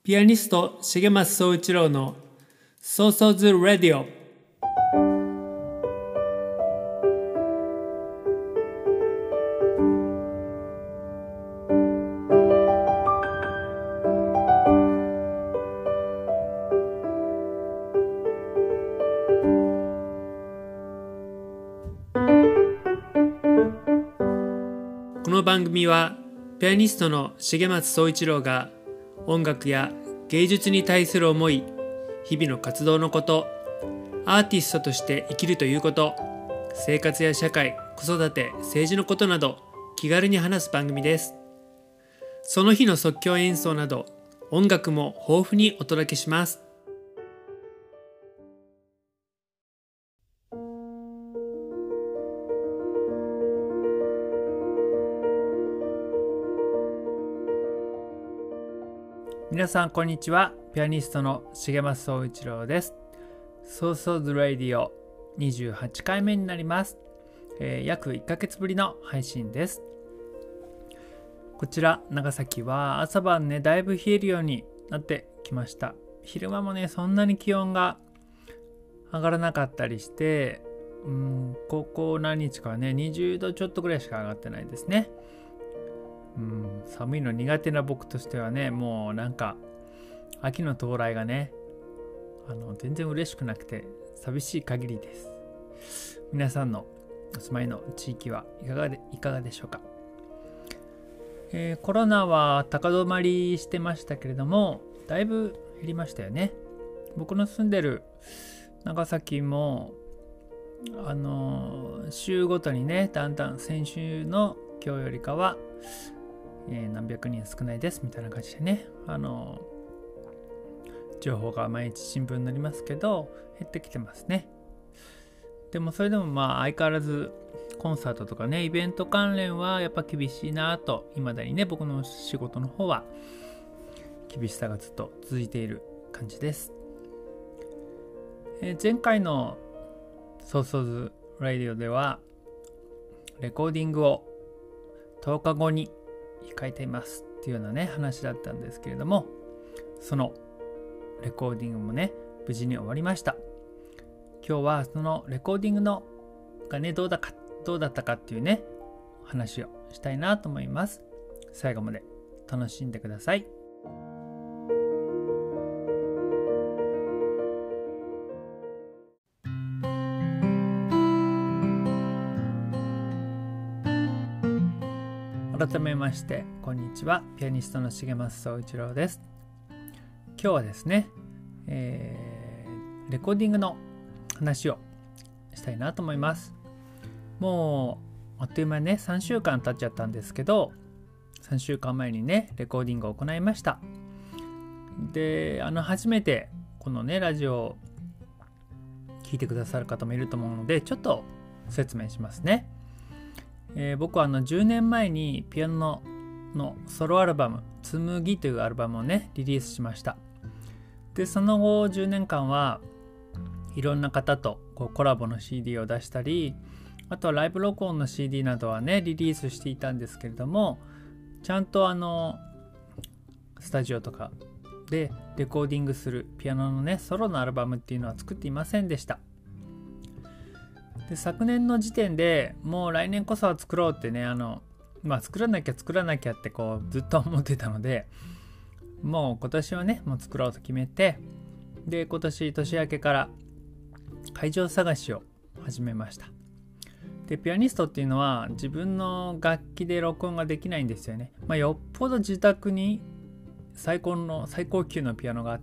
ピアニスト重松総一郎のソーソーズラディオ。この番組はピアニストの重松総一郎が音楽や芸術に対する思い、日々の活動のこと、アーティストとして生きるということ、生活や社会、子育て、政治のことなど気軽に話す番組です。その日の即興演奏など音楽も豊富にお届けします。皆さんこんにちは。ピアニストの重松総一郎です。ソーソーズラディオ28回目になります。約1ヶ月ぶりの配信です。こちら長崎は朝晩ね、だいぶ冷えるようになってきました。昼間もね、そんなに気温が上がらなかったりして、ここ何日かはね、20度ちょっとぐらいしか上がってないですね。寒いの苦手な僕としてはね、もうなんか秋の到来がね、全然嬉しくなくて寂しい限りです。皆さんのお住まいの地域はいかがでしょうか。コロナは高止まりしてましたけれども、だいぶ減りましたよね。僕の住んでる長崎も週ごとにね、だんだん先週の今日よりかは何百人少ないですみたいな感じでね、情報が毎日新聞になりますけど減ってきてますね。でもそれでも相変わらずコンサートとかね、イベント関連はやっぱ厳しいなと、未だにね、僕の仕事の方は厳しさがずっと続いている感じです。前回のソーソーズラディオではレコーディングを10日後に控えていますっていうようなね、話だったんですけれども、そのレコーディングもね、無事に終わりました。今日はそのレコーディングのがね、どうだったかっていうね、話をしたいなと思います。最後まで楽しんでください。改めましてこんにちは。ピアニストの重松総一郎です。今日はですね、レコーディングの話をしたいなと思います。もうあっという間にね、3週間経っちゃったんですけど、3週間前にね、レコーディングを行いました。で、初めてこのね、ラジオを聞いてくださる方もいると思うので、ちょっと説明しますね。僕は10年前にピアノのソロアルバム「紬」というアルバムをね、リリースしました。で、その後10年間はいろんな方とコラボの CD を出したり、あとはライブ録音の CD などはね、リリースしていたんですけれども、ちゃんとスタジオとかでレコーディングするピアノのね、ソロのアルバムっていうのは作っていませんでした。で、昨年の時点でもう来年こそは作ろうってね、作らなきゃってずっと思ってたので、もう今年はね、もう作ろうと決めて、で、今年年明けから会場探しを始めました。で、ピアニストっていうのは自分の楽器で録音ができないんですよね。よっぽど自宅に最高級のピアノがあって、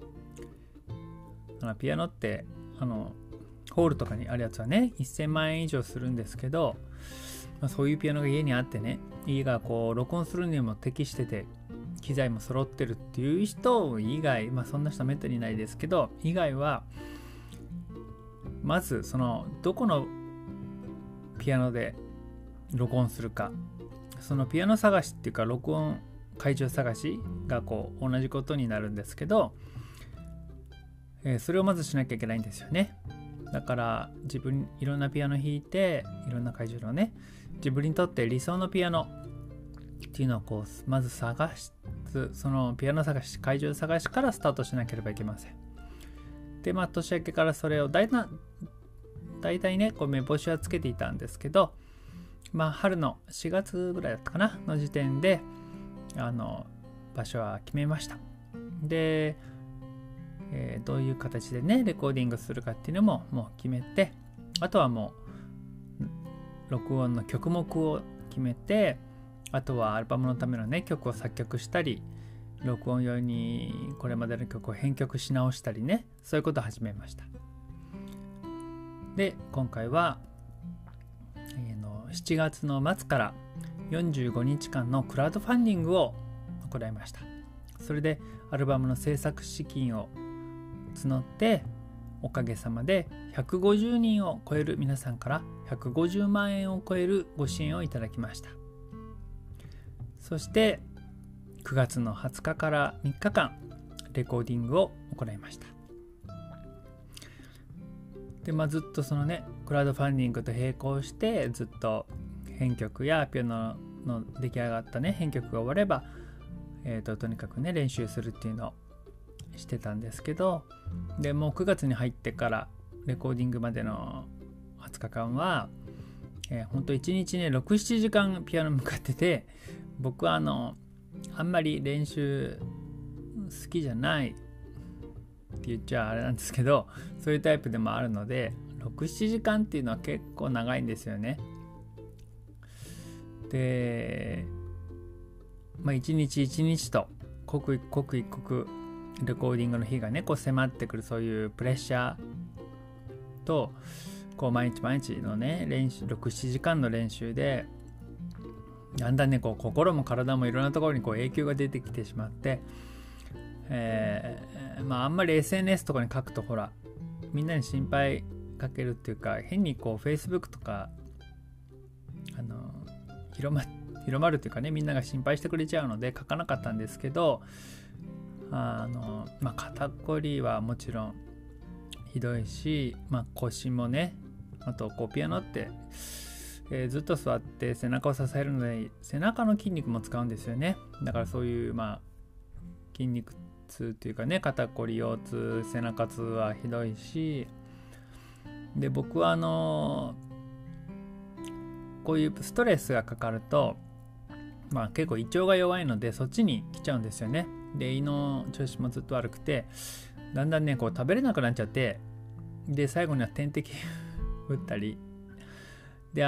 ピアノってホールとかにあるやつはね、1000万円以上するんですけど、そういうピアノが家にあってね、家が録音するにも適してて、機材も揃ってるっていう人以外、そんな人はめったにいないですけど、以外はまずどこのピアノで録音するか、そのピアノ探しっていうか録音会場探しが同じことになるんですけど、それをまずしなきゃいけないんですよね。だからいろんなピアノ弾いて、いろんな会場のね、自分にとって理想のピアノっていうのをまず探ずそのピアノ探し、会場探しからスタートしなければいけません。で年明けからそれを大体ね目星はつけていたんですけど、春の4月ぐらいだったかなの時点で場所は決めました。で、どういう形でねレコーディングするかっていうのももう決めて、あとはもう録音の曲目を決めて、あとはアルバムのためのね曲を作曲したり、録音用にこれまでの曲を編曲し直したりね、そういうことを始めました。で今回は、7月の末から45日間のクラウドファンディングを行いました。それでアルバムの制作資金を募って、おかげさまで150人を超える皆さんから150万円を超えるご支援をいただきました。そして9月の20日から3日間レコーディングを行いました。でずっとそのねクラウドファンディングと並行してずっと編曲やピアノの出来上がったね編曲が終われば、とにかくね練習するっていうのをしてたんですけど、でもう9月に入ってからレコーディングまでの20日間は、ほんと1日ね 6,7 時間ピアノ向かってて、僕はあんまり練習好きじゃないって言っちゃあれなんですけど、そういうタイプでもあるので 6,7 時間っていうのは結構長いんですよね。で一日一日と刻一刻一刻レコーディングの日がね迫ってくる、そういうプレッシャーと毎日毎日のね練習 6,7 時間の練習でだんだんね心も体もいろんなところに影響が出てきてしまって、あんまり SNS とかに書くとみんなに心配かけるっていうか、変にFacebook とか広まるっていうかね、みんなが心配してくれちゃうので書かなかったんですけど、肩こりはもちろんひどいし、腰もね、あとピアノって、ずっと座って背中を支えるので背中の筋肉も使うんですよね。だからそういう筋肉痛っていうかね、肩こり、腰痛、背中痛はひどいし、で僕はこういうストレスがかかると結構胃腸が弱いのでそっちに来ちゃうんですよね。で胃の調子もずっと悪くて、だんだんね食べれなくなっちゃって、で最後には点滴打ったりで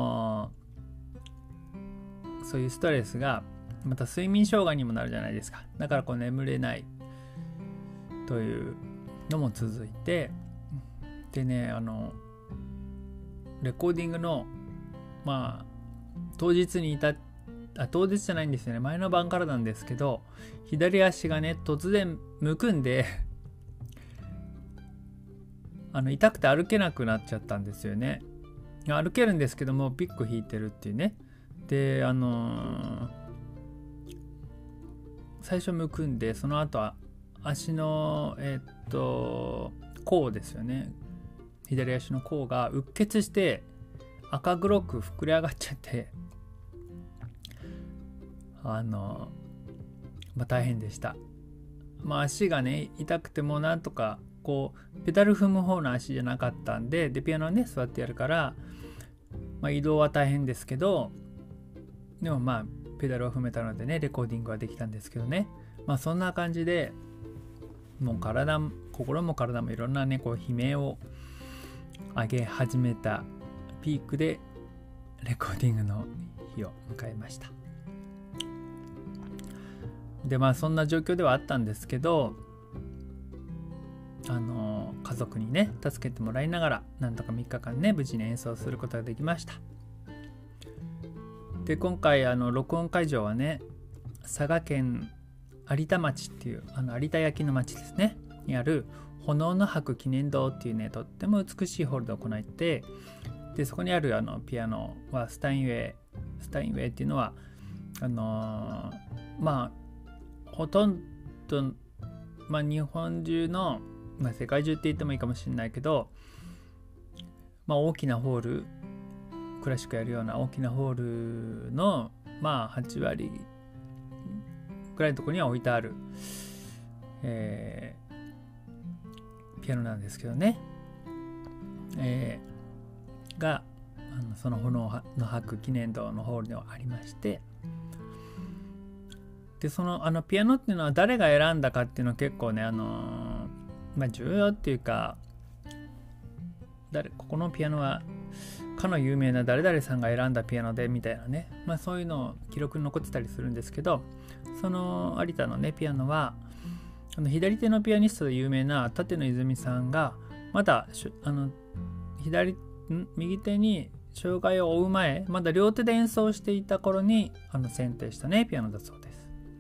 そういうストレスがまた睡眠障害にもなるじゃないですか。だから眠れないというのも続いて、でねレコーディングの当日に当日じゃないんですよね、前の晩からなんですけど、左足がね突然むくんで痛くて歩けなくなっちゃったんですよね。歩けるんですけどもピック引いてるっていうね。で最初むくんで、その後は足の甲ですよね、左足の甲がうっ血して赤黒く膨れ上がっちゃって、大変でした。足がね痛くてもなんとかペダル踏む方の足じゃなかったんで、ピアノはね座ってやるから、移動は大変ですけど、でもペダルを踏めたのでねレコーディングはできたんですけどね。そんな感じでもう心も体もいろんなね悲鳴を上げ始めたピークでレコーディングの日を迎えました。でそんな状況ではあったんですけど、家族にね助けてもらいながらなんとか3日間ね無事に演奏することができました。で今回録音会場はね佐賀県有田町っていう有田焼の町ですねにある炎の博記念堂っていうねとっても美しいホールで行って、でそこにあるピアノはスタインウェイっていうのはほとんど、日本中の、世界中って言ってもいいかもしれないけど、大きなホール、クラシックやるような大きなホールの8割ぐらいのところには置いてある、ピアノなんですけどね、がその炎の博記念堂のホールではありまして、でそのピアノっていうのは誰が選んだかっていうのは結構ね重要っていうか、ここのピアノはかの有名な誰々さんが選んだピアノでみたいなね、そういうのを記録に残ってたりするんですけど、その有田のねピアノは左手のピアニストで有名な舘野泉さんがまだ右手に障害を負う前、まだ両手で演奏していた頃に選定したねピアノだそうです。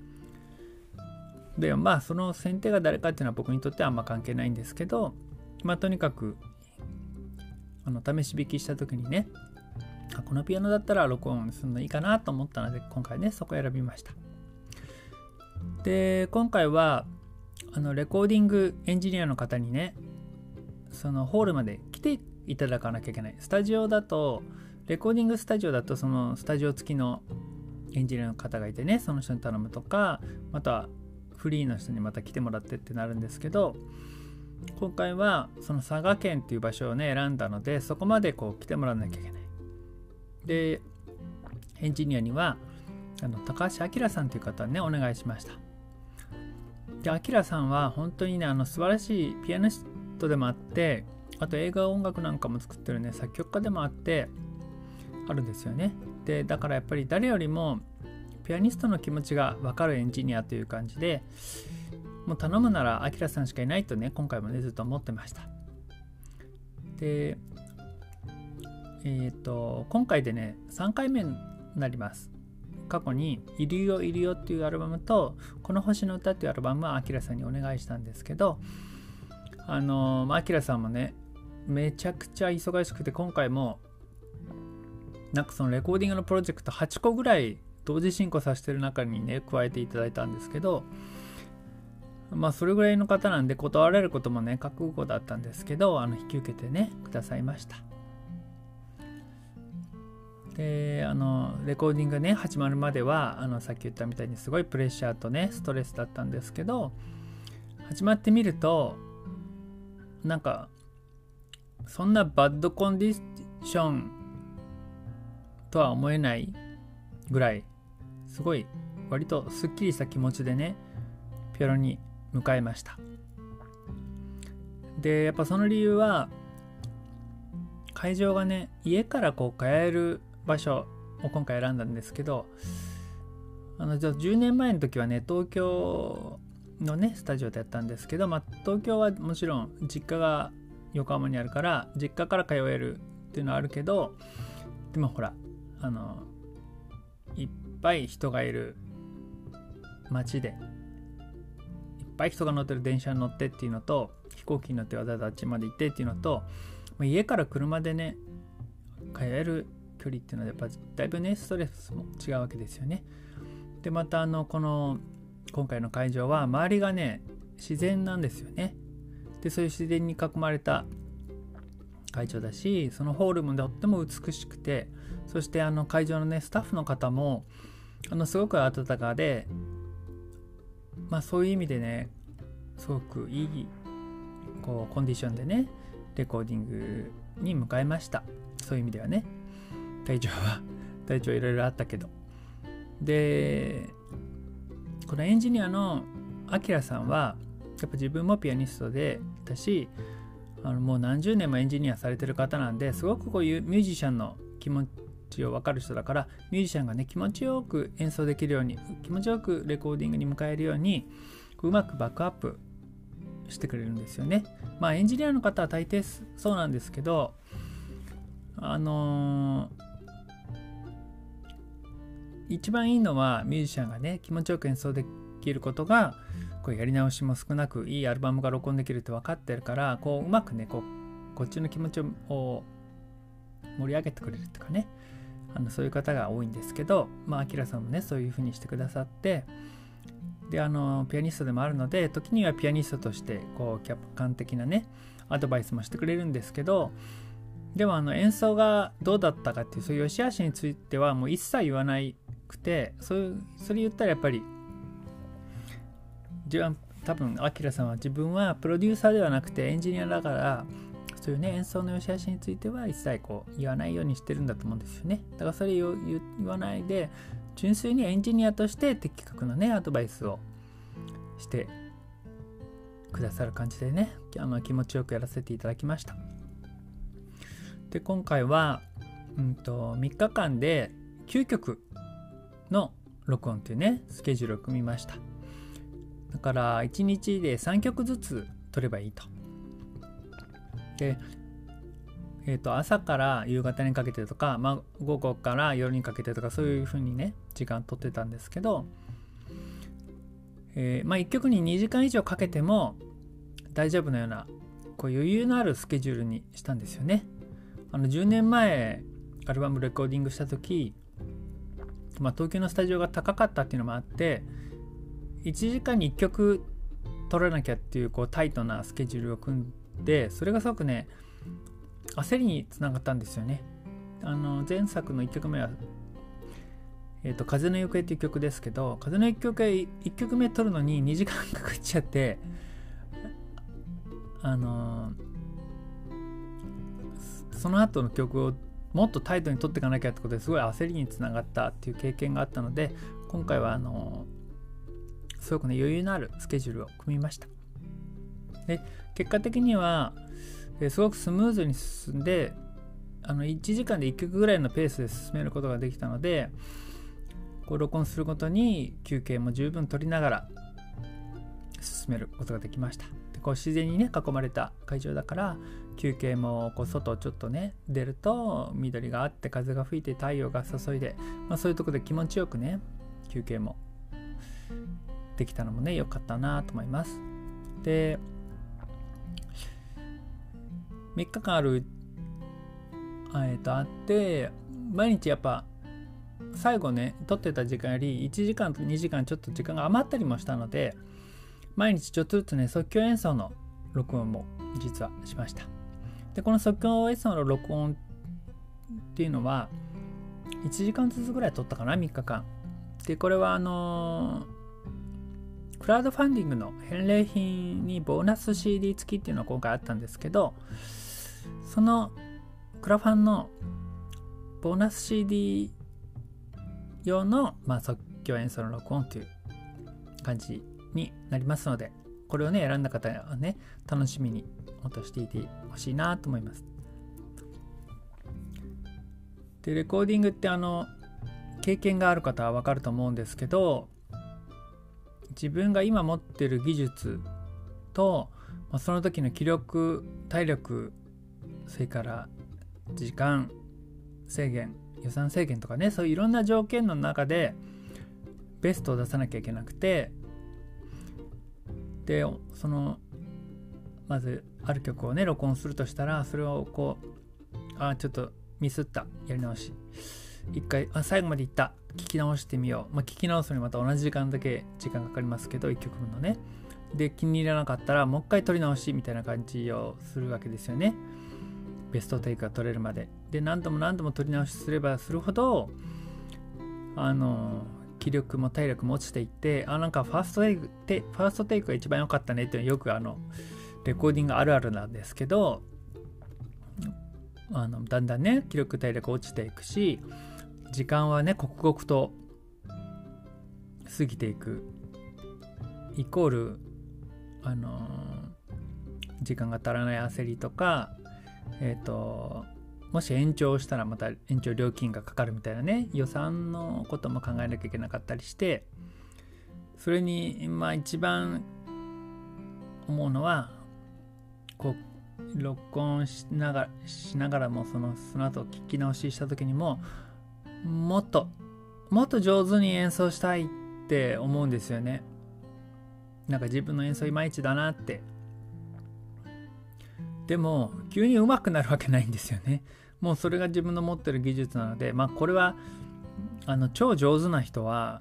でその選定が誰かっていうのは僕にとってはあんま関係ないんですけど、とにかく試し弾きした時にね、このピアノだったら録音するのいいかなと思ったので、今回ねそこを選びました。で今回はレコーディングエンジニアの方にね、そのホールまで来ていただかなきゃいけない。スタジオだと、レコーディングスタジオだとそのスタジオ付きのエンジニアの方がいてね、その人に頼むとか、またフリーの人にまた来てもらってってなるんですけど、今回はその佐賀県っていう場所をね選んだので、そこまで来てもらわなきゃいけない。でエンジニアには高橋明さんという方にねお願いしました。で明さんは本当にね素晴らしいピアニストでもあって、あと映画音楽なんかも作ってるね作曲家でもあるんですよね。でだからやっぱり誰よりもピアニストの気持ちが分かるエンジニアという感じで、もう頼むなら明さんしかいないとね今回もねずっと思ってました。で今回でね3回目になります。過去にいるよいるよっていうアルバムとこの星の歌っていうアルバムは明さんにお願いしたんですけど、明さんもねめちゃくちゃ忙しくて、今回もなんかそのレコーディングのプロジェクト8個ぐらい同時進行させてる中にね加えていただいたんですけど、それぐらいの方なんで断られることもね覚悟だったんですけど、引き受けてねくださいました。でレコーディングがね始まるまではさっき言ったみたいにすごいプレッシャーとねストレスだったんですけど、始まってみるとなんかそんなバッドコンディションとは思えないぐらい、すごい割とすっきりした気持ちでねピアノに向かいました。でやっぱその理由は、会場がね家から通える場所を今回選んだんですけど、10年前の時はね東京のねスタジオでやったんですけど、東京はもちろん実家が横浜にあるから実家から通えるっていうのはあるけど、でもほらいっぱい人がいる街でいっぱい人が乗ってる電車に乗ってっていうのと、飛行機に乗ってわざわざあっちまで行ってっていうのと、家から車でね帰れる距離っていうのはやっぱだいぶねストレスも違うわけですよね。でまたこの今回の会場は周りがね自然なんですよね。でそういう自然に囲まれた会場だし、そのホールもとっても美しくて、そして会場のねスタッフの方もすごく温かで、そういう意味でねすごくいいコンディションでねレコーディングに向かいました。そういう意味ではね体調いろいろあったけど、でこのエンジニアの明さんはやっぱ自分もピアニストでだし、もう何十年もエンジニアされてる方なんで、すごくこういうミュージシャンの気持ちを分かる人だから、ミュージシャンがね気持ちよく演奏できるように、気持ちよくレコーディングに迎えるようにうまくバックアップしてくれるんですよね。エンジニアの方は大抵そうなんですけど、一番いいのはミュージシャンがね気持ちよく演奏できることが、やり直しも少なくいいアルバムが録音できるって分かってるから、うまくねこっちの気持ちを盛り上げてくれるっていうかね、そういう方が多いんですけど、アキラさんもねそういう風にしてくださって、でピアニストでもあるので、時にはピアニストとして客観的なねアドバイスもしてくれるんですけど、でも演奏がどうだったかっていう、そういう良し悪しについてはもう一切言わなくて、それ言ったらやっぱり多分アキラさんは自分はプロデューサーではなくてエンジニアだから、そういうね演奏の良し悪しについては一切言わないようにしてるんだと思うんですよね。だからそれを言わないで、純粋にエンジニアとして的確なねアドバイスをしてくださる感じでね、気持ちよくやらせていただきました。で今回は、3日間で9曲の録音というねスケジュールを組みました。だから1日で3曲ずつ取ればいいと。で、朝から夕方にかけてとか、午後から夜にかけてとか、そういう風にね時間取ってたんですけど、1曲に2時間以上かけても大丈夫なような余裕のあるスケジュールにしたんですよね。10年前アルバムレコーディングした時、東京のスタジオが高かったっていうのもあって、1時間に1曲取らなきゃっていうタイトなスケジュールを組んで、それがすごくね焦りにつながったんですよね。前作の1曲目は、風の行方っていう曲ですけど、風の行方1曲目取るのに2時間かかっちゃって、その後の曲をもっとタイトに取っていかなきゃってことですごい焦りにつながったっていう経験があったので、今回はすごくね余裕のあるスケジュールを組みました。で結果的にはすごくスムーズに進んで、1時間で1曲ぐらいのペースで進めることができたので、録音するごとに休憩も十分取りながら進めることができました。で自然にね囲まれた会場だから、休憩も外ちょっとね出ると緑があって風が吹いて太陽が注いで、そういうところで気持ちよくね休憩もできたのもね良かったなと思います。で3日間あって毎日やっぱ最後ね撮ってた時間より1時間と2時間ちょっと時間が余ったりもしたので、毎日ちょっとずつね即興演奏の録音も実はしました。でこの即興演奏の録音っていうのは1時間ずつぐらい撮ったかな、3日間で。これはクラウドファンディングの返礼品にボーナス CD 付きっていうのが今回あったんですけど、そのクラファンのボーナス CD 用の、即興演奏の録音という感じになりますので、これをね選んだ方はね楽しみに落としていてほしいなと思います。でレコーディングって経験がある方は分かると思うんですけど、自分が今持っている技術と、その時の気力、体力、それから時間制限、予算制限とかね、そういういろんな条件の中でベストを出さなきゃいけなくて、でまずある曲をね録音するとしたら、それをちょっとミスった、やり直し、一回最後までいった、聞き直してみよう、聞き直すのにまた同じ時間だけ時間かかりますけど、1曲分のね。で気に入らなかったらもう一回撮り直しみたいな感じをするわけですよね。ベストテイクが取れるまで。で何度も撮り直しすればするほど気力も体力も落ちていって、なんかファーストテイクが一番良かったねっていうのはよくレコーディングあるあるなんですけど、だんだんね気力体力落ちていくし、時間はね刻々と過ぎていくイコール時間が足らない焦りとか、もし延長したらまた延長料金がかかるみたいなね、予算のことも考えなきゃいけなかったりして、それに一番思うのは録音しながらもその後聞き直しした時にももっと上手に演奏したいって思うんですよね。なんか自分の演奏いまいちだなって。でも急に上手くなるわけないんですよね。もうそれが自分の持ってる技術なので、これは超上手な人は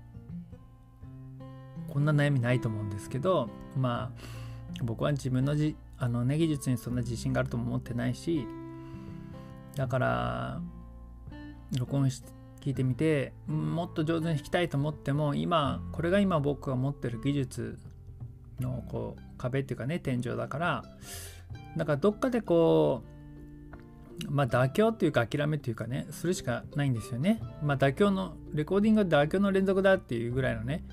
こんな悩みないと思うんですけど、僕は自分の技術にそんな自信があるとも思ってないし、だから録音聞いてみてもっと上手に弾きたいと思っても、これが今僕が持ってる技術のこう壁っていうかね、天井だから、だからどっかでこう妥協っていうか諦めっていうかね、するしかないんですよね。妥協のレコーディングは妥協の連続だっていうぐらいのね、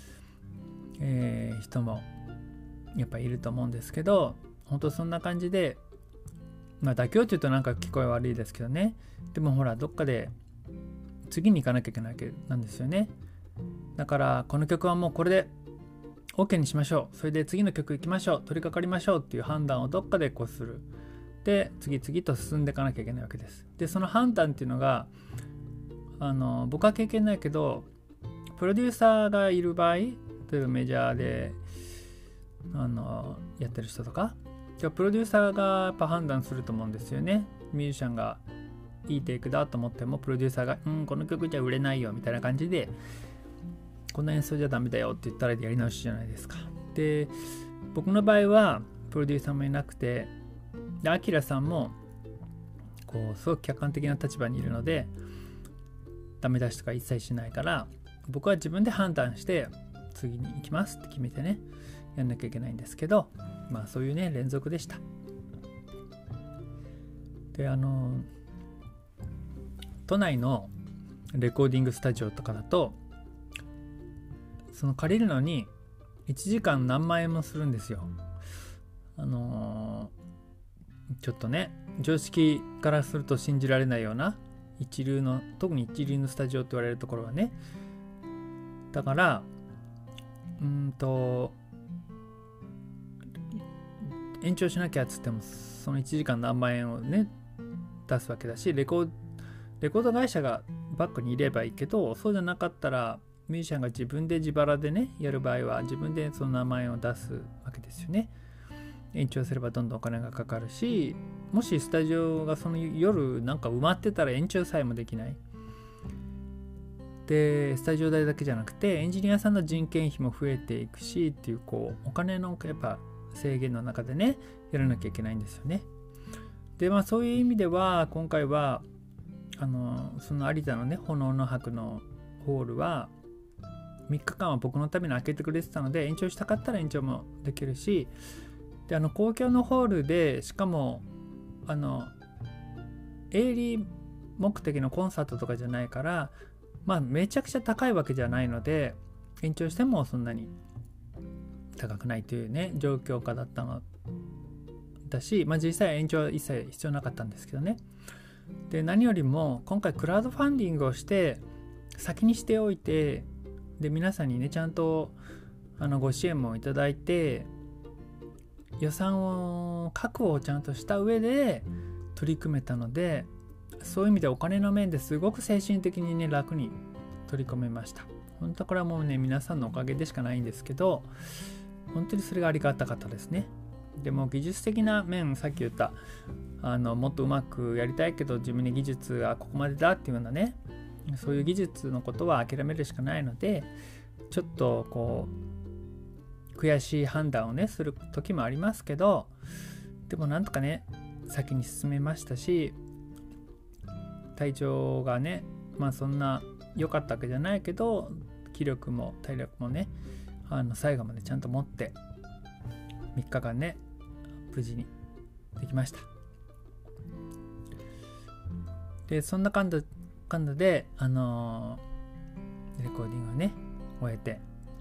人もやっぱいると思うんですけど、本当そんな感じで、妥協っていうとなんか聞こえ悪いですけどね、でもほらどっかで次に行かなきゃいけないわけなんですよね。だからこの曲はもうこれで OK にしましょう、それで次の曲行きましょう、取り掛かりましょうっていう判断をどっかでこうする。で次々と進んでいかなきゃいけないわけです。でその判断っていうのが僕は経験ないけど、プロデューサーがいる場合、例えばメジャーでやってる人とか、プロデューサーがやっぱ判断すると思うんですよね。ミュージシャンがいいテイクだと思っても、プロデューサーがこの曲じゃ売れないよみたいな感じで、こんな演奏じゃダメだよって言ったらやり直しじゃないですか。で僕の場合はプロデューサーもいなくて、でアキラさんもこうすごく客観的な立場にいるので、ダメ出しとか一切しないから、僕は自分で判断して次に行きますって決めてね、やんなきゃいけないんですけど、そういうね連続でした。で都内のレコーディングスタジオとかだと、その借りるのに1時間何万円もするんですよ。ちょっとね常識からすると信じられないような一流の、特に一流のスタジオって言われるところはね、だから延長しなきゃっつってもその1時間何万円をね出すわけだし、レコード会社がバックにいればいいけど、そうじゃなかったらミュージシャンが自分で自腹でねやる場合は自分でその何万円を出すわけですよね。延長すればどんどんお金がかかるし、もしスタジオがその夜なんか埋まってたら延長さえもできない。でスタジオ代だけじゃなくてエンジニアさんの人件費も増えていくしっていう、こうお金のやっぱ制限の中でねやらなきゃいけないんですよね。でそういう意味では今回はその有田のね炎の博のホールは3日間は僕のために開けてくれてたので、延長したかったら延長もできるし、で公共のホールで、しかも営利目的のコンサートとかじゃないから、めちゃくちゃ高いわけじゃないので、延長してもそんなに高くないというね状況下だったのだし、実際延長は一切必要なかったんですけどね。で何よりも今回クラウドファンディングをして先にしておいて、で皆さんにねちゃんとご支援もいただいて、予算を確保をちゃんとした上で取り組めたので、そういう意味でお金の面ですごく精神的にね楽に取り込めました。本当これはもうね皆さんのおかげでしかないんですけど、本当にそれがありがたかったですね。でも技術的な面、さっき言ったもっとうまくやりたいけど自分に技術がここまでだっていうようなね、そういう技術のことは諦めるしかないので、ちょっとこう悔しい判断をねする時もありますけど、でもなんとかね先に進めましたし、体調がねそんな良かったわけじゃないけど、気力も体力もね最後までちゃんと持って3日間ね無事にできました。でそんな感じでレコーディングをね終えて、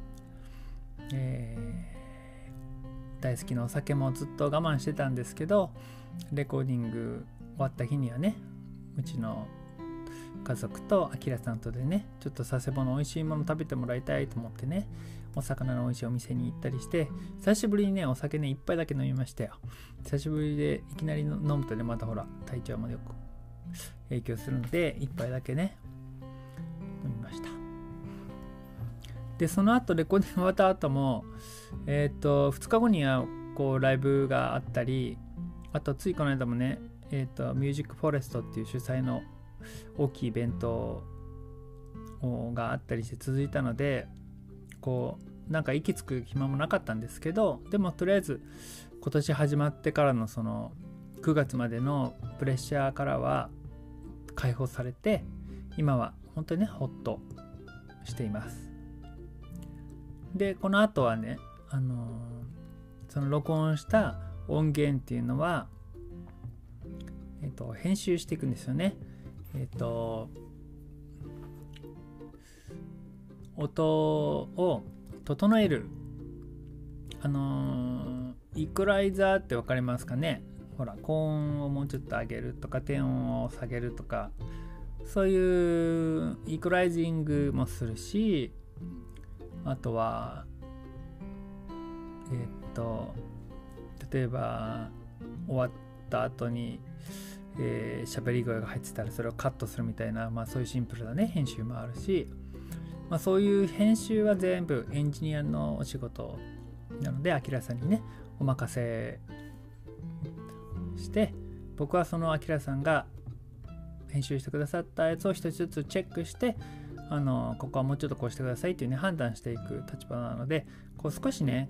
大好きなお酒もずっと我慢してたんですけど、レコーディング終わった日にはね、うちの家族とあきらさんとでね、ちょっと佐世保の美味しいもの食べてもらいたいと思ってね、お魚の美味しいお店に行ったりして、久しぶりにねお酒ね一杯だけ飲みましたよ。久しぶりでいきなり飲むとね、またほら体調もよく影響するので一杯だけね飲みました。でその後レコーディング終わった後も2日後にはこうライブがあったり、あとついこの間もねミュージックフォレストっていう主催の大きいイベントがあったりして続いたので、こうなんか息つく暇もなかったんですけど、でもとりあえず今年始まってからのその9月までのプレッシャーからは解放されて、今は本当にねホッとしています。でこの後はねその録音した音源っていうのは、編集していくんですよね。音を整えるイクライザーって分かりますかね。ほら、高音をもうちょっと上げるとか低音を下げるとか、そういうイクライジングもするし、あとは例えば終わった後に喋り声が入ってたらそれをカットするみたいな、そういうシンプルなね編集もあるし、そういう編集は全部エンジニアのお仕事なので、アキラさんにねお任せして、僕はそのアキラさんが編集してくださったやつを一つずつチェックして、ここはもうちょっとこうしてくださいっていうね判断していく立場なので、少しね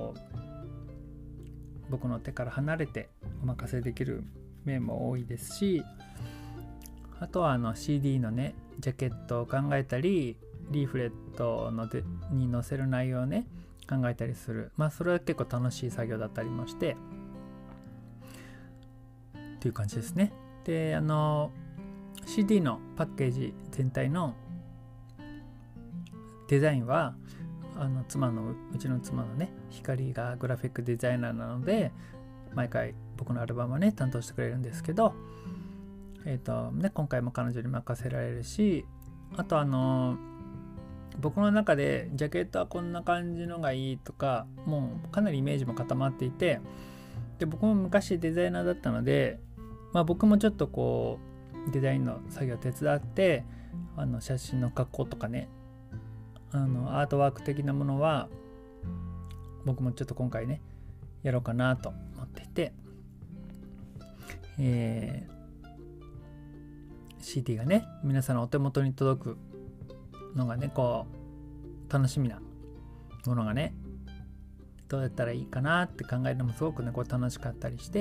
僕の手から離れてお任せできる面も多いですし、あとはCD のねジャケットを考えたり、リーフレットに載せる内容をね考えたりする、それは結構楽しい作業だったりもしてっていう感じですね。でCD のパッケージ全体のデザインはうちの妻のね光がグラフィックデザイナーなので、毎回僕のアルバムをね担当してくれるんですけど、今回も彼女に任せられるし、あと僕の中でジャケットはこんな感じのがいいとか、もうかなりイメージも固まっていて、で僕も昔デザイナーだったので、僕もちょっとデザインの作業を手伝って、写真の加工とかね、アートワーク的なものは僕もちょっと今回ねやろうかなと思っていて、CD がね皆さんのお手元に届くのがね楽しみなものがねどうやったらいいかなって考えるのもすごくね楽しかったりして、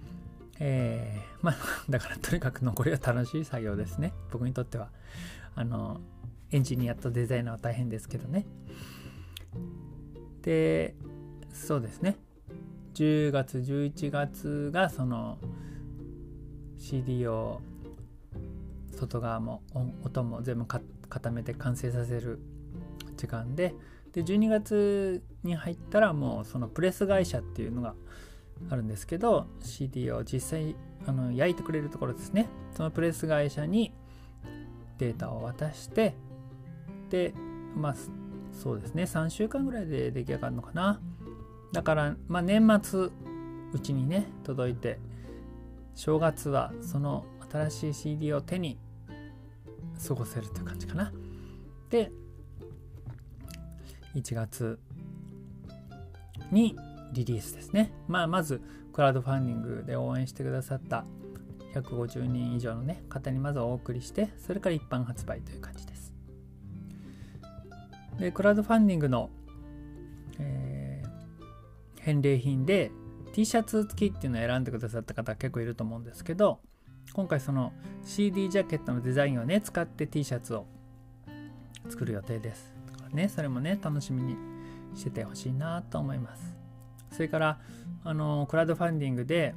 だからとにかく残りは楽しい作業ですね。僕にとってはエンジニアとデザイナーは大変ですけどね。でそうですね、10月11月がその CD を外側も音も全部固めて完成させる時間で、12月に入ったらもうそのプレス会社っていうのがあるんですけど、 CD を実際焼いてくれるところですね。そのプレス会社にデータを渡して、でそうですね3週間ぐらいで出来上がるのかな。だから年末うちにね届いて、正月はその新しい CD を手に過ごせるという感じかな。で1月にリリースですね。まずクラウドファンディングで応援してくださった150人以上のね方にまずお送りして、それから一般発売という感じです。でクラウドファンディングの、返礼品で T シャツ付きっていうのを選んでくださった方結構いると思うんですけど、今回その CD ジャケットのデザインをね使って T シャツを作る予定です。だからねそれもね楽しみにしててほしいなと思います。それからクラウドファンディングで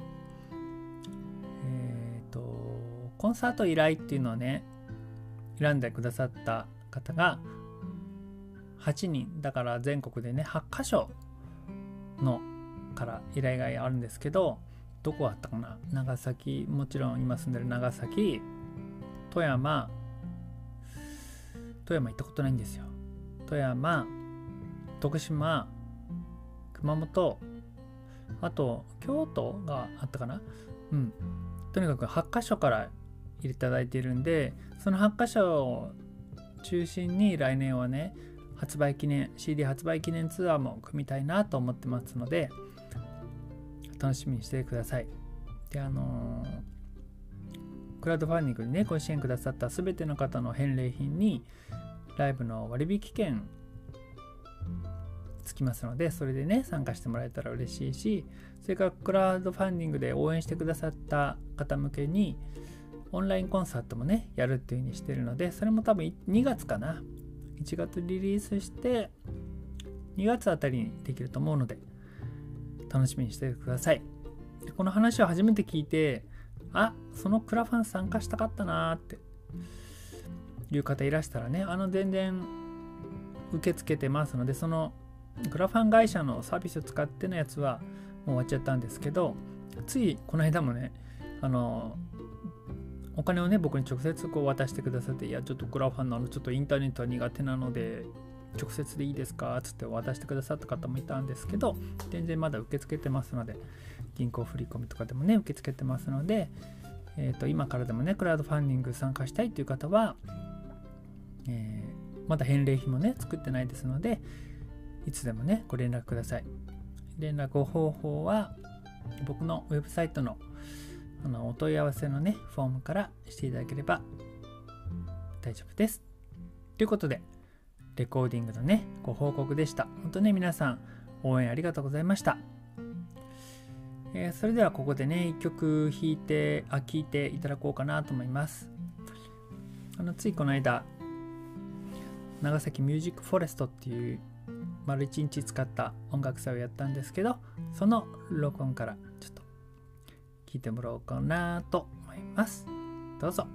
コンサート依頼っていうのをね選んでくださった方が8人だから、全国でね8カ所のから依頼があるんですけど、どこあったかな、長崎、もちろん今住んでる長崎、富山行ったことないんですよ。富山、徳島、熊本、あと京都があったかな。とにかく8カ所からいただいているんで、その8カ所を中心に来年はねCD 発売記念ツアーも組みたいなと思ってますので、楽しみにしてください。でクラウドファンディングにねご支援くださったすべての方の返礼品にライブの割引券つきますので、それでね参加してもらえたら嬉しいし、それからクラウドファンディングで応援してくださった方向けにオンラインコンサートもねやるっていう風にしてるので、それも多分2月かな、1月リリースして 2月あたりにできると思うので楽しみにしてください。この話を初めて聞いて、そのクラファン参加したかったなっていう方いらしたらね、全然受け付けてますので、そのクラファン会社のサービスを使ってのやつはもう終わっちゃったんですけど、ついこの間もね、お金をね僕に直接渡してくださって、いやちょっとクラファンのちょっとインターネットは苦手なので直接でいいですかつって渡してくださった方もいたんですけど、全然まだ受け付けてますので、銀行振込とかでもね受け付けてますので、今からでもねクラウドファンディング参加したいという方は、まだ返礼品もね作ってないですので、いつでもねご連絡ください。連絡方法は僕のウェブサイトのお問い合わせのねフォームからしていただければ大丈夫です。ということでレコーディングのねご報告でした。本当ね皆さん応援ありがとうございました。それではここでね1曲聴いていただこうかなと思います。ついこの間長崎ミュージックフォレストっていう丸1日使った音楽祭をやったんですけど、その録音からちょっと聞いてもらおうかなと思います。どうぞ。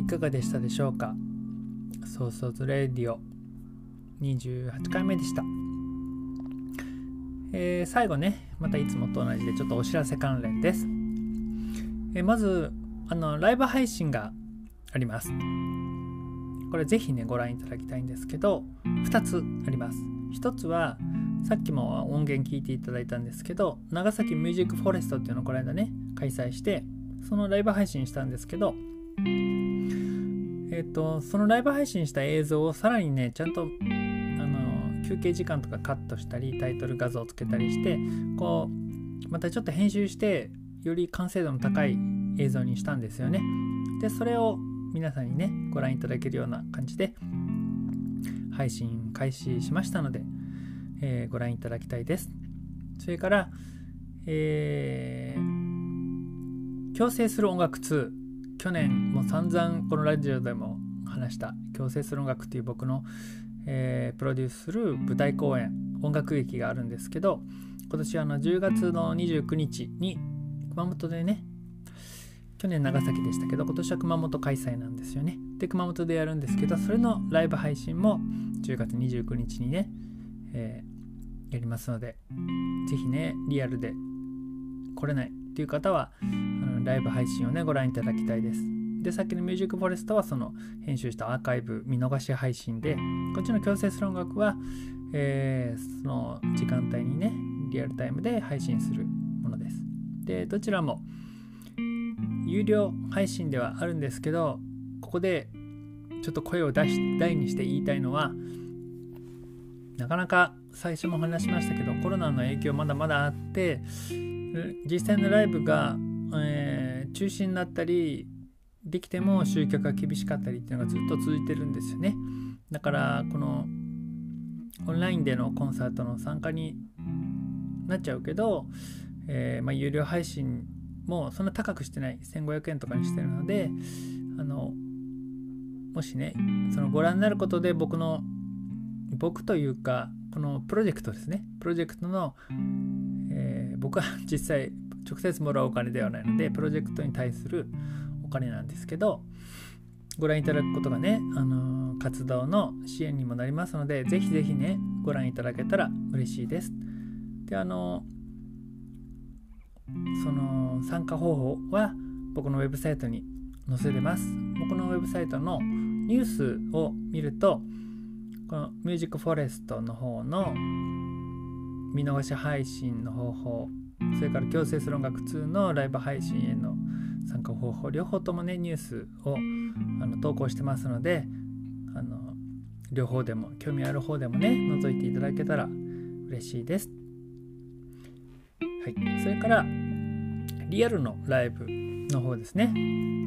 かがでしたでしょうか。そうそうとレディオ28回目でした。最後ね、またいつもと同じでちょっとお知らせ関連です。まずライブ配信があります。これぜひねご覧いただきたいんですけど、2つあります。1つはさっきも音源聞いていただいたんですけど、長崎ミュージックフォレストっていうのをこの間ね開催して、そのライブ配信したんですけど、そのライブ配信した映像をさらにねちゃんと休憩時間とかカットしたり、タイトル画像をつけたりして、こうまたちょっと編集してより完成度の高い映像にしたんですよね。でそれを皆さんにねご覧いただけるような感じで配信開始しましたので、ご覧いただきたいです。それから、共生する音楽2、去年も散々このラジオでも話した共生する音楽という僕の、プロデュースする舞台公演音楽劇があるんですけど、今年10月の29日に熊本でね、去年長崎でしたけど今年は熊本開催なんですよね。で熊本でやるんですけど、それのライブ配信も10月29日にね、やりますので、ぜひねリアルで来れないという方はライブ配信をねご覧いただきたいです。でさっきのミュージックフォレストはその編集したアーカイブ見逃し配信で、こっちの共生する音楽は、その時間帯にねリアルタイムで配信するものです。でどちらも有料配信ではあるんですけど、ここでちょっと声を大にして言いたいのは、なかなか最初も話しましたけどコロナの影響まだまだあって、実際のライブが、中止になったり、できても集客が厳しかったりっていうのがずっと続いてるんですよね。だからこのオンラインでのコンサートの参加になっちゃうけど、有料配信もそんな高くしてない、1500円とかにしてるので、もしねそのご覧になることで僕というかこのプロジェクトですね、プロジェクトの、僕は実際直接もらうお金ではないのでプロジェクトに対するお金なんですけど、ご覧いただくことがね、活動の支援にもなりますので、ぜひぜひねご覧いただけたら嬉しいです。でその参加方法は僕のウェブサイトに載せてます。僕のウェブサイトのニュースを見ると、このミュージックフォレストの方の見逃し配信の方法、それから共生する音楽2のライブ配信への参加方法、両方ともねニュースを投稿してますので、両方でも興味ある方でもね覗いていただけたら嬉しいです。はい、それからリアルのライブの方ですね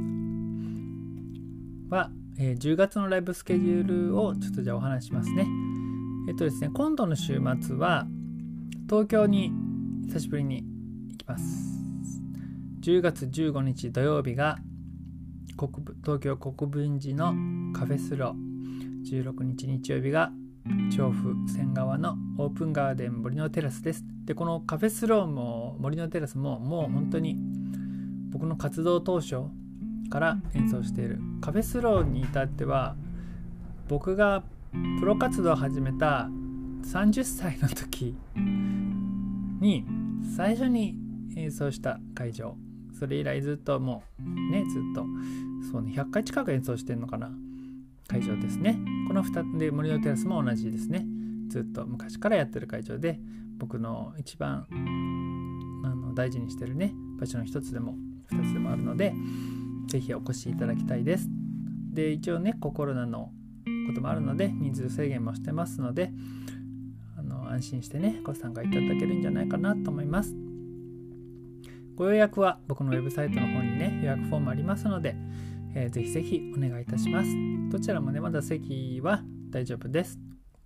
は、10月のライブスケジュールをちょっとじゃあお話しますね。ですね、今度の週末は東京に久しぶりに行きます。10月15日土曜日が東京国分寺のカフェスロー、16日日曜日が調布仙川のオープンガーデン森のテラスです。でこのカフェスローも森のテラスももう本当に僕の活動当初から演奏している。カフェスローに至っては僕がプロ活動を始めた30歳の時に最初に演奏した会場、それ以来ずっともうねずっとそうね100回近く演奏してるのかな会場ですね。この2つで森のテラスも同じですね。ずっと昔からやってる会場で、僕の一番大事にしてるね場所の一つでも二つでもあるので、ぜひお越しいただきたいです。で一応ねコロナのこともあるので人数制限もしてますので、安心してねご参加いただけるんじゃないかなと思います。ご予約は僕のウェブサイトの方にね予約フォームありますので、ぜひぜひお願いいたします。どちらもねまだ席は大丈夫です。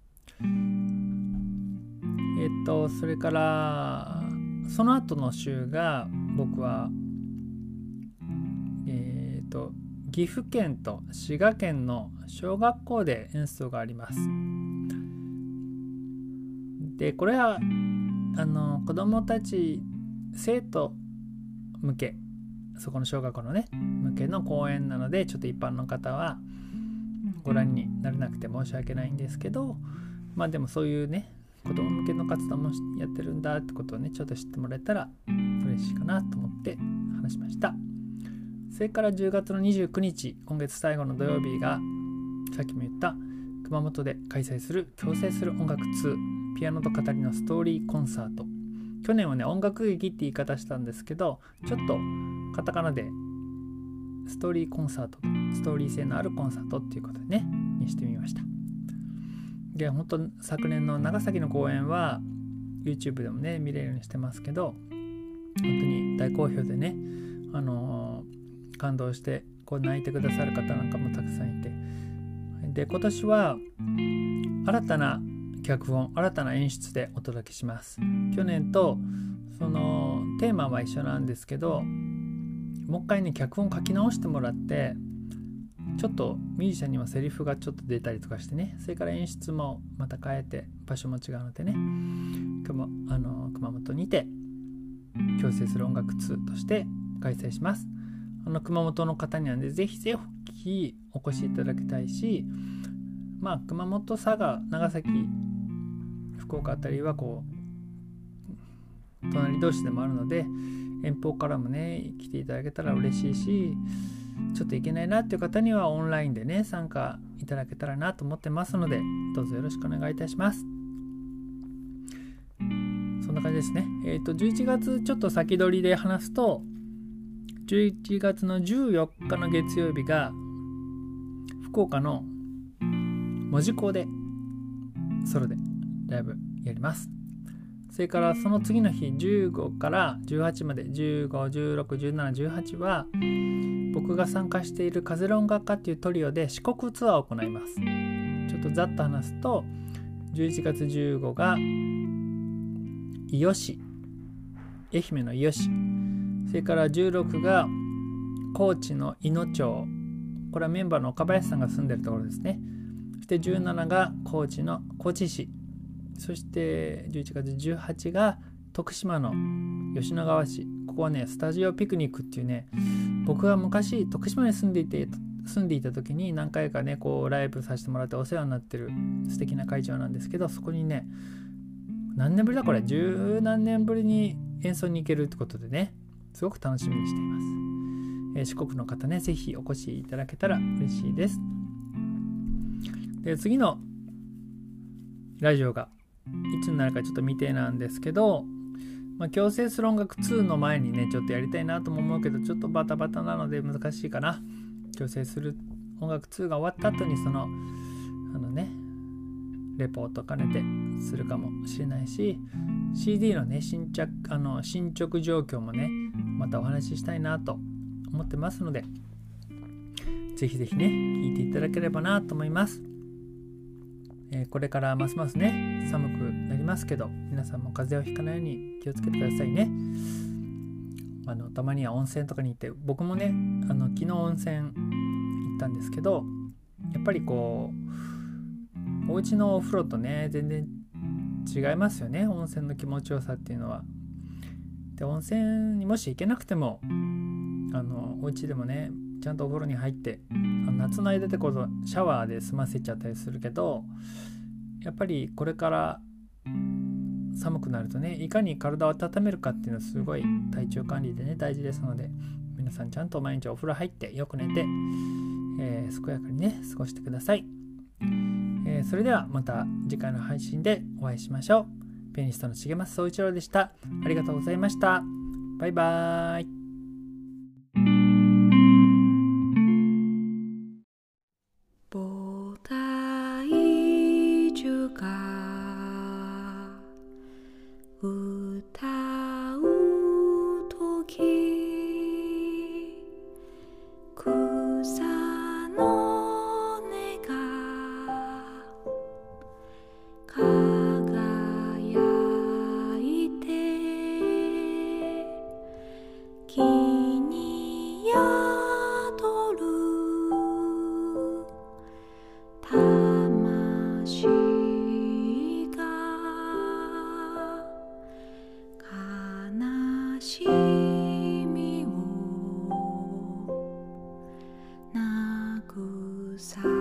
それからその後の週が僕は岐阜県と滋賀県の小学校で演奏があります。でこれは子どもたち生徒向けそこの小学校のね向けの講演なので、ちょっと一般の方はご覧になれなくて申し訳ないんですけど、でもそういうね子ども向けの活動もやってるんだってことをねちょっと知ってもらえたら嬉しいかなと思って話しました。それから10月の29日、今月最後の土曜日がさっきも言った熊本で開催する共生する音楽2ピアノと語りのストーリーコンサート。去年はね音楽劇って言い方したんですけど、ちょっとカタカナでストーリーコンサート、ストーリー性のあるコンサートっていうことでねにしてみました。で、本当昨年の長崎の公演は YouTube でもね見れるようにしてますけど、本当に大好評でね、感動してこう泣いてくださる方なんかもたくさんいて、で今年は新たな脚本、新たな演出でお届けします。去年とそのテーマは一緒なんですけど、もう一回ね脚本書き直してもらって、ちょっとミュージシャンにはセリフがちょっと出たりとかしてね、それから演出もまた変えて、場所も違うのでね、熊本にて共生する音楽2として開催します。熊本の方にはねぜひぜひお越しいただきたいし、熊本、佐賀、長崎、福岡あたりはこう隣同士でもあるので、遠方からもね来ていただけたら嬉しいし、ちょっと行けないなっていう方にはオンラインでね参加いただけたらなと思ってますので、どうぞよろしくお願いいたします。そんな感じですね。11月ちょっと先取りで話すと、11月の14日の月曜日が福岡の門司港でソロでライブやります。それからその次の日15から18まで、15、16、17、18は僕が参加している風の音楽家っていうトリオで四国ツアーを行います。ちょっとざっと話すと、11月15が伊予市、愛媛の伊予市、それから16が高知のいの町、これはメンバーの岡林さんが住んでるところですね。そして17が高知の高知市、そして11月18が徳島の吉野川市。ここはねスタジオピクニックっていうね、僕が昔徳島に住んでいた時に何回かねこうライブさせてもらってお世話になってる素敵な会場なんですけど、そこにね何年ぶりだこれ、十何年ぶりに演奏に行けるってことでね、すごく楽しみにしています。四国の方ねぜひお越しいただけたら嬉しいです。で、次のラジオがいつになるかちょっと未定なんですけど、共生する音楽2の前にねちょっとやりたいなとも思うけど、ちょっとバタバタなので難しいかな。共生する音楽2が終わった後にそのレポート兼ねてするかもしれないし、 CD のね進捗状況もねまたお話ししたいなと思ってますので、ぜひぜひね聞いていただければなと思います。これからますますね寒くなりますけど、皆さんも風邪をひかないように気をつけてくださいね。たまには温泉とかに行って、僕もね昨日温泉行ったんですけど、やっぱりこうお家のお風呂とね全然違いますよね、温泉の気持ちよさっていうのは。で、温泉にもし行けなくてもお家でもねちゃんとお風呂に入って、夏の間でこそシャワーで済ませちゃったりするけど、やっぱりこれから寒くなるとね、いかに体を温めるかっていうのはすごい体調管理でね大事ですので、皆さんちゃんと毎日お風呂入ってよく寝て、健やかにね過ごしてください。それではまた次回の配信でお会いしましょう。ピアニストの重松総一郎でした。ありがとうございました。バイバーイ。 菩提樹が歌うとき、草の根が輝いて、君さ